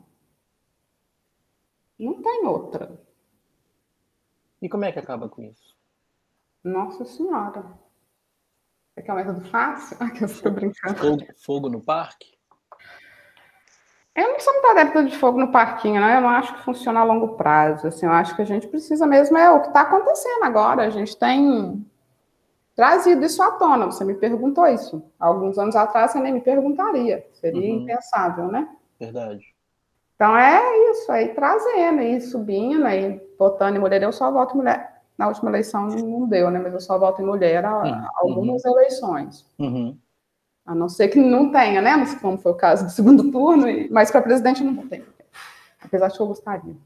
Não tem outra. E como é que acaba com isso? Nossa Senhora. É que é um método fácil? Ah, que eu estou brincando. Fogo no parque? Eu não sou muito adepta de fogo no parquinho, né? Eu não acho que funciona a longo prazo. Assim, eu acho que a gente precisa mesmo o que está acontecendo agora. A gente tem trazido isso à tona. Você me perguntou isso. Há alguns anos atrás você nem me perguntaria. Seria impensável, né? Verdade. Então é isso aí, trazendo, aí subindo, aí votando em mulher. Eu só voto em mulher. Na última eleição não deu, né? Mas eu só voto em mulher algumas eleições. A não ser que não tenha, né? Mas como foi o caso do segundo turno, mas para presidente não tem. Apesar de que eu gostaria.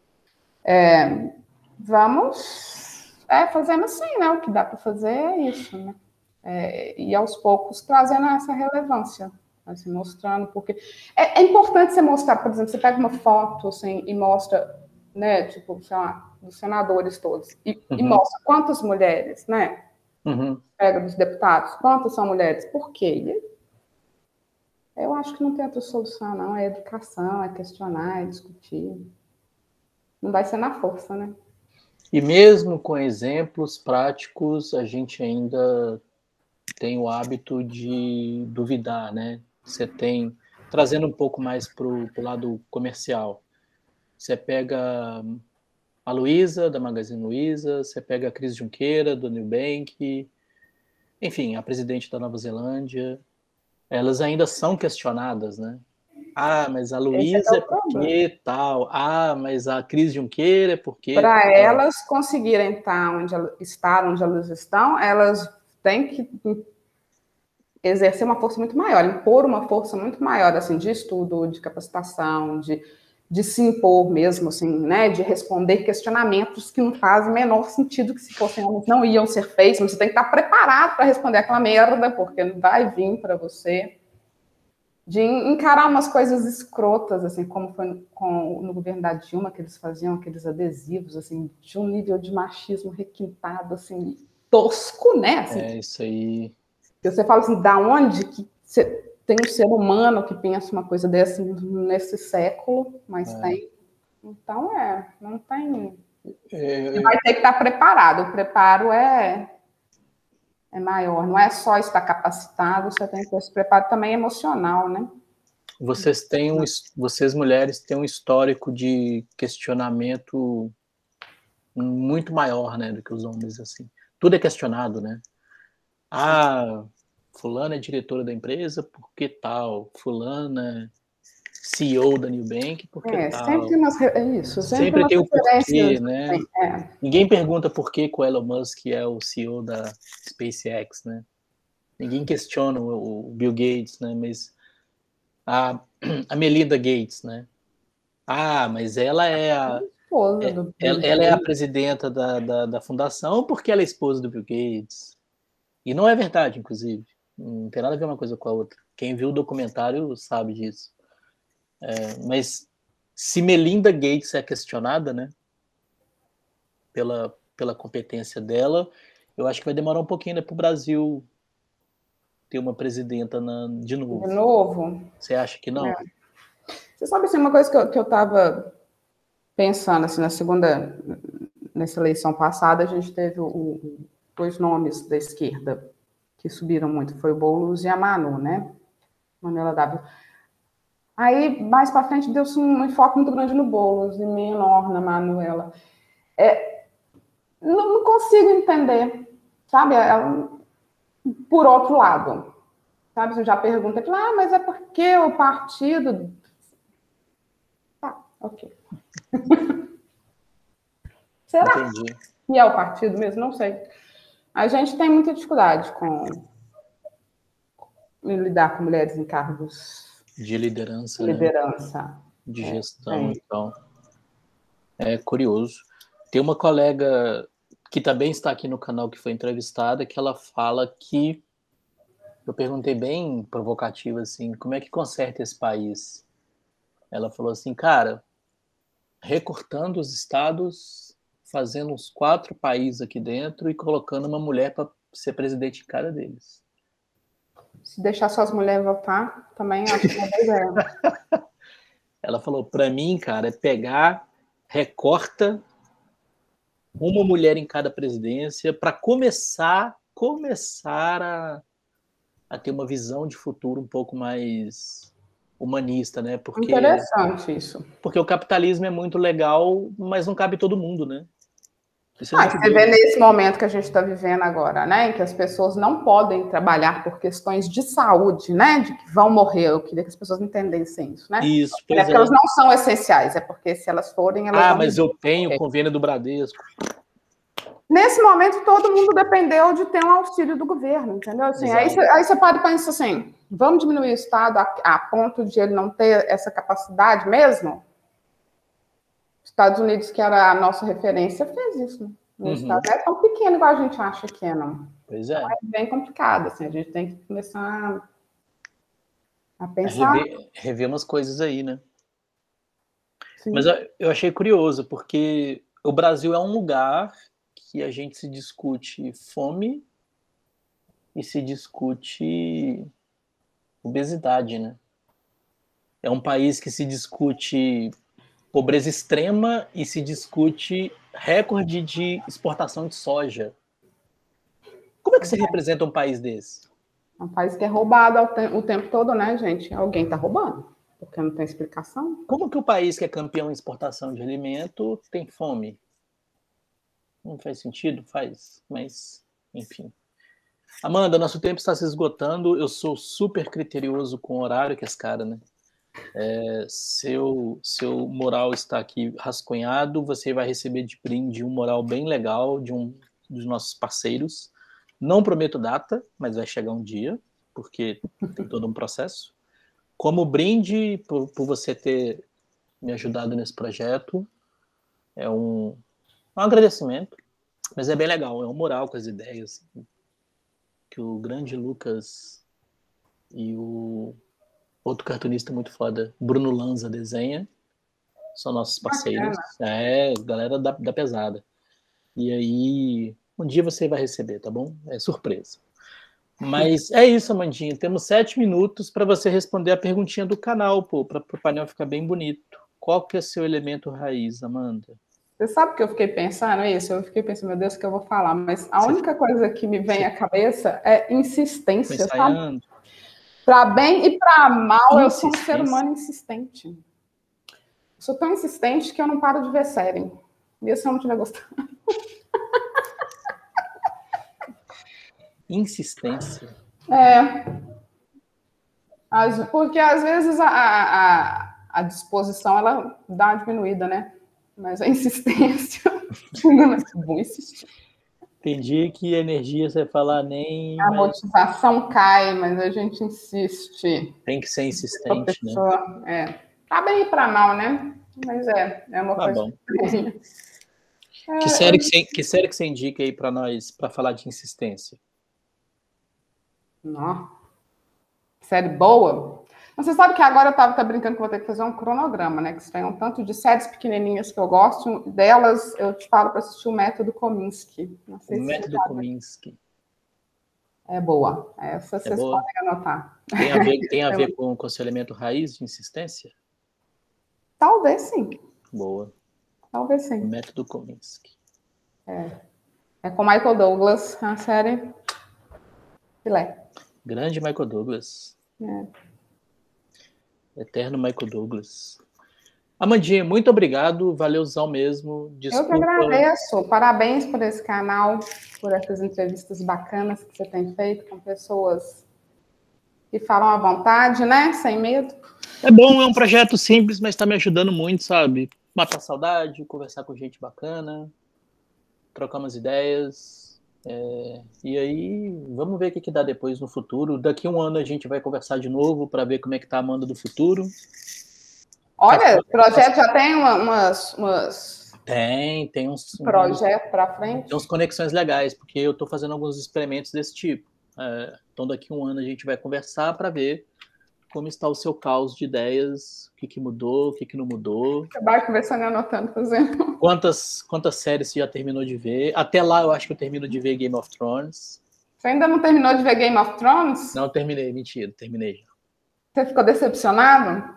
Vamos fazendo assim, né? O que dá para fazer é isso, né? E aos poucos trazendo essa relevância, assim, mostrando, porque é importante você mostrar, por exemplo, você pega uma foto assim, e mostra, né, tipo, sei lá, dos senadores todos, e mostra quantas mulheres, né? Pega dos deputados, quantas são mulheres, por quê? Eu acho que não tem outra solução, não. É educação, é questionar, é discutir. Não vai ser na força, né? E mesmo com exemplos práticos, a gente ainda tem o hábito de duvidar, né? Você tem, trazendo um pouco mais para o lado comercial, você pega a Luiza, da Magazine Luiza, você pega a Cris Junqueira, do Nubank, enfim, a presidente da Nova Zelândia, elas ainda são questionadas, né? Ah, mas a Luiza é porque tal. Ah, mas a Cris Junqueira é porque para tal. elas conseguirem estar onde elas estão, elas têm que exercer uma força muito maior, impor uma força muito maior, assim, de estudo, de capacitação, de se impor mesmo, assim, né, de responder questionamentos que não fazem o menor sentido, que se fossem homens não iam ser feitos, mas você tem que estar preparado para responder aquela merda, porque não vai vir para você. De encarar umas coisas escrotas, assim, como foi no governo da Dilma, que eles faziam aqueles adesivos, assim, de um nível de machismo requintado, assim, tosco, né? Assim, Isso aí. Você fala assim, da onde que você tem um ser humano que pensa uma coisa dessa nesse século, mas tem. Então, não tem... Você vai ter que estar preparado. O preparo é maior. Não é só estar capacitado, você tem que ter esse preparo também emocional, né? Vocês mulheres têm um histórico de questionamento muito maior, né, do que os homens, assim. Tudo é questionado, né? Ah, fulana é diretora da empresa, por que tal? Fulana é CEO da Nubank, por que tal? Sempre tem o porquê, referências. né? Ninguém pergunta por que o Elon Musk é o CEO da SpaceX, né? Ninguém questiona o Bill Gates, né? Mas a Melinda Gates, né? Ah, mas ela é ela é a presidenta da fundação porque ela é esposa do Bill Gates. E não é verdade, inclusive. Não tem nada a ver uma coisa com a outra. Quem viu o documentário sabe disso. Mas se Melinda Gates é questionada, né? pela competência dela. Eu acho que vai demorar um pouquinho, né, para o Brasil ter uma presidenta de novo. De novo? Você acha que não? Você sabe, assim, uma coisa que eu estava pensando, assim, nessa eleição passada, a gente teve dois nomes da esquerda que subiram muito, foi o Boulos e a Manu, né? Manuela Dávila. Aí, mais para frente, deu-se um enfoque muito grande no Boulos e menor na Manuela. Não consigo entender, sabe? Por outro lado, sabe? Você já pergunta, mas é porque o partido... Tá, ok. Será Entendi. que é o partido mesmo? Não sei. A gente tem muita dificuldade em lidar com mulheres em cargos De liderança, de né? liderança. De gestão, então. É curioso. Tem uma colega que também está aqui no canal que foi entrevistada, que ela fala que eu perguntei bem provocativo assim, como é que conserta esse país? Ela falou assim, cara, recortando os estados, fazendo uns 4 países aqui dentro e colocando uma mulher para ser presidente em cada deles. Se deixar só as mulheres votar, também acho que é uma boa ideia. Ela falou, para mim, cara, é pegar, recorta uma mulher em cada presidência para começar a ter uma visão de futuro um pouco mais humanista, né? Interessante isso. Porque o capitalismo é muito legal, mas não cabe todo mundo, né? Isso é muito Você vê doido. nesse momento que a gente está vivendo agora, né, em que as pessoas não podem trabalhar por questões de saúde, né, de que vão morrer. Eu queria que as pessoas entendessem isso, né? Isso, Não é pois porque é. elas não são essenciais, é porque se elas forem, elas vão Mas morrer. eu tenho o convênio do Bradesco. Nesse momento, todo mundo dependeu de ter um auxílio do governo, entendeu? Assim, aí você para e pensa assim, vamos diminuir o Estado a ponto de ele não ter essa capacidade mesmo? Estados Unidos, que era a nossa referência, fez isso. Né? O Estado não é tão pequeno igual a gente acha que é, não. Pois Então, é. é bem complicado, assim, a gente tem que começar a pensar. Rever umas coisas aí, né? Mas Sim. eu achei curioso, porque o Brasil é um lugar que a gente se discute fome e se discute obesidade, né? É um país que se discute pobreza extrema e se discute recorde de exportação de soja. Como é que você representa um país desse? É um país que é roubado o tempo todo, né, gente? Alguém está roubando, porque não tem explicação. Como que o país que é campeão em exportação de alimento tem fome? Não faz sentido? Faz, mas enfim. Amanda, nosso tempo está se esgotando. Eu sou super criterioso com o horário que esse cara, né? Seu moral está aqui rascunhado. Você vai receber de brinde um moral bem legal de um dos nossos parceiros. Não prometo data, mas vai chegar um dia, porque tem todo um processo. Como brinde por você ter me ajudado nesse projeto, é um agradecimento, mas é bem legal. É um moral com as ideias que o grande Lucas e o outro cartunista muito foda, Bruno Lanza, desenha. São nossos parceiros. Bacana. Galera da pesada. E aí, um dia você vai receber, tá bom? É surpresa. Mas é isso, Amandinha. Temos 7 minutos para você responder a perguntinha do canal, pô, para o painel ficar bem bonito. Qual que é seu elemento raiz, Amanda? Você sabe que eu fiquei pensando isso? Eu fiquei pensando, meu Deus, o que eu vou falar? Mas a Você, única coisa que me vem você à cabeça é foi insistência, sabe? ensaiando? Para bem e para mal, eu sou um ser Insistência. humano insistente. Eu sou tão insistente que eu não paro de ver série. E se eu não estiver gostando? Insistência. Porque às vezes a disposição ela dá uma diminuída, né? Mas a insistência, vou insistir. Tem dia que a energia você fala nem, A mas motivação cai, mas a gente insiste. tem que ser A insistente, né? pessoa tá bem para mal, né? Mas é uma Tá coisa bom. que Que série que você indica aí para nós, para falar de insistência? Não. Série boa. Você sabe que agora eu estava brincando que vou ter que fazer um cronograma, né? Que tem um tanto de séries pequenininhas que eu gosto. Delas, eu te falo para assistir o Método Kominsky. Não sei O se Método Kominsky. É boa. Essa vocês boa? podem anotar. Tem a ver com o seu elemento raiz de insistência? Talvez sim. Boa. Talvez sim. O Método Kominsky. É com Michael Douglas, a série filé. Grande Michael Douglas. Eterno Michael Douglas. Amandinha, muito obrigado. Valeuzão mesmo. Desculpa. Eu que agradeço. Parabéns por esse canal, por essas entrevistas bacanas que você tem feito com pessoas que falam à vontade, né? Sem medo. É bom, é um projeto simples, mas está me ajudando muito, sabe? Matar a saudade, conversar com gente bacana, trocar umas ideias. E aí, vamos ver o que dá depois no futuro. Daqui a um ano a gente vai conversar de novo para ver como é que tá a Amanda do futuro. Olha, o projeto já tem umas Tem uns projetos para frente. Tem uns conexões legais, porque eu estou fazendo alguns experimentos desse tipo. Então, daqui a um ano a gente vai conversar para ver como está o seu caos de ideias, o que mudou, o que não mudou. Acabar conversando e anotando, fazendo. Quantas séries você já terminou de ver? Até lá eu acho que eu termino de ver Game of Thrones. Você ainda não terminou de ver Game of Thrones? Não, terminei, mentira, terminei já. Você ficou decepcionado?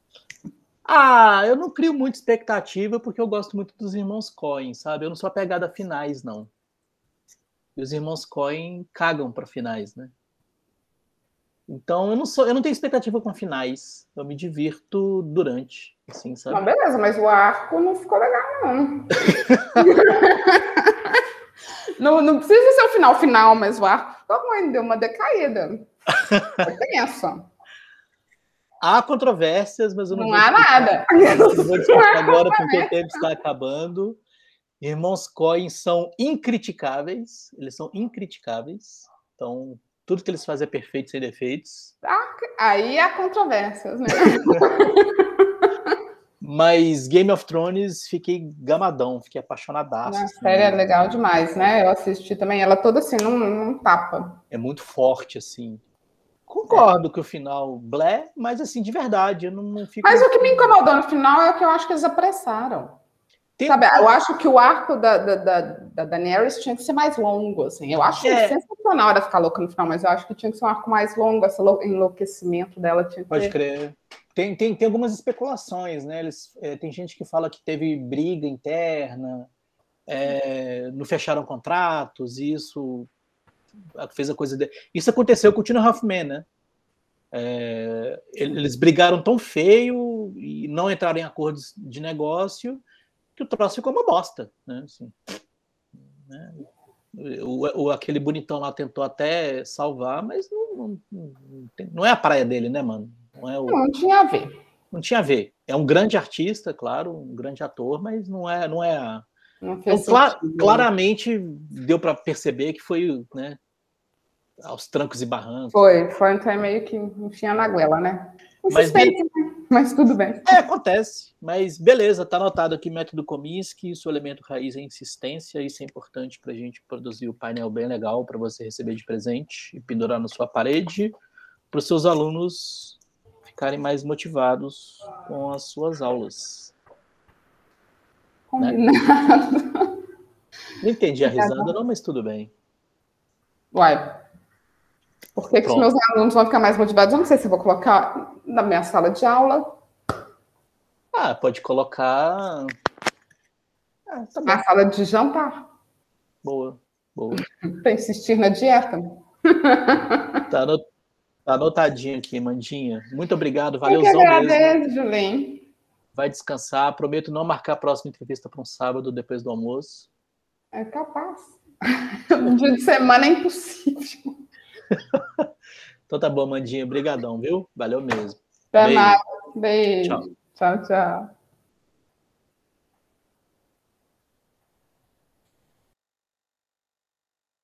Eu não crio muita expectativa porque eu gosto muito dos irmãos Coen, sabe? Eu não sou apegado a finais, não. E os irmãos Coen cagam para finais, né? Então, eu não tenho expectativa com finais. Eu me divirto durante, assim, sabe? Não, beleza, mas o arco não ficou legal, não. Não precisa ser o final, mas o arco ficou ruim, deu uma decaída. Foi tenso. Há controvérsias, mas eu não vou há nada. Eu vou discutir agora porque o tempo está acabando. Irmãos Coen são incriticáveis. Eles são incriticáveis. Então, tudo que eles fazem é perfeito, sem defeitos. Aí há controvérsias, né? Mas Game of Thrones, fiquei gamadão, fiquei apaixonadaço. A série é legal demais, né? Eu assisti também, ela toda assim, num tapa. É muito forte, assim. Concordo que o final blé, mas assim, de verdade, eu não fico... Mas o que me incomodou no final é o que eu acho que eles apressaram. Sabe, eu acho que o arco da Daenerys tinha que ser mais longo, assim. Eu acho sensacional ela ficar louca no final, mas eu acho que tinha que ser um arco mais longo, esse enlouquecimento dela tinha que Pode crer. Tem algumas especulações, né? Tem gente que fala que teve briga interna, não fecharam contratos, e isso fez a coisa... Isso aconteceu com o Tina Halfman, né? Eles brigaram tão feio e não entraram em acordos de negócio que o troço ficou uma bosta, né? Assim, né? Aquele bonitão lá tentou até salvar, mas não é a praia dele, né, mano? Não tinha a ver. Não tinha a ver. É um grande artista, claro, um grande ator, mas não é a... Então, claramente deu para perceber que foi, né, aos trancos e barrancos. Foi então meio que enfiando na goela, né? Mas tudo bem. Acontece. Mas beleza, tá anotado aqui Método Kominsky, seu elemento raiz é insistência, isso é importante para a gente produzir o painel bem legal para você receber de presente e pendurar na sua parede, para os seus alunos ficarem mais motivados com as suas aulas. Combinado. Né? Não entendi a risada, não, mas tudo bem. Uai, por que os meus alunos vão ficar mais motivados? Eu não sei se eu vou colocar na minha sala de aula. Pode colocar... tá na sala de jantar. Boa. Para insistir na dieta. Tá anotadinho aqui, Mandinha. Muito obrigado, valeu. Eu que agradeço, Julinho. Vai descansar. Prometo não marcar a próxima entrevista para um sábado, depois do almoço. É capaz. Um dia de semana é impossível. Então tá bom, Mandinha. Obrigadão, viu? Valeu mesmo. Até mais. Beijo. Tchau. Tchau.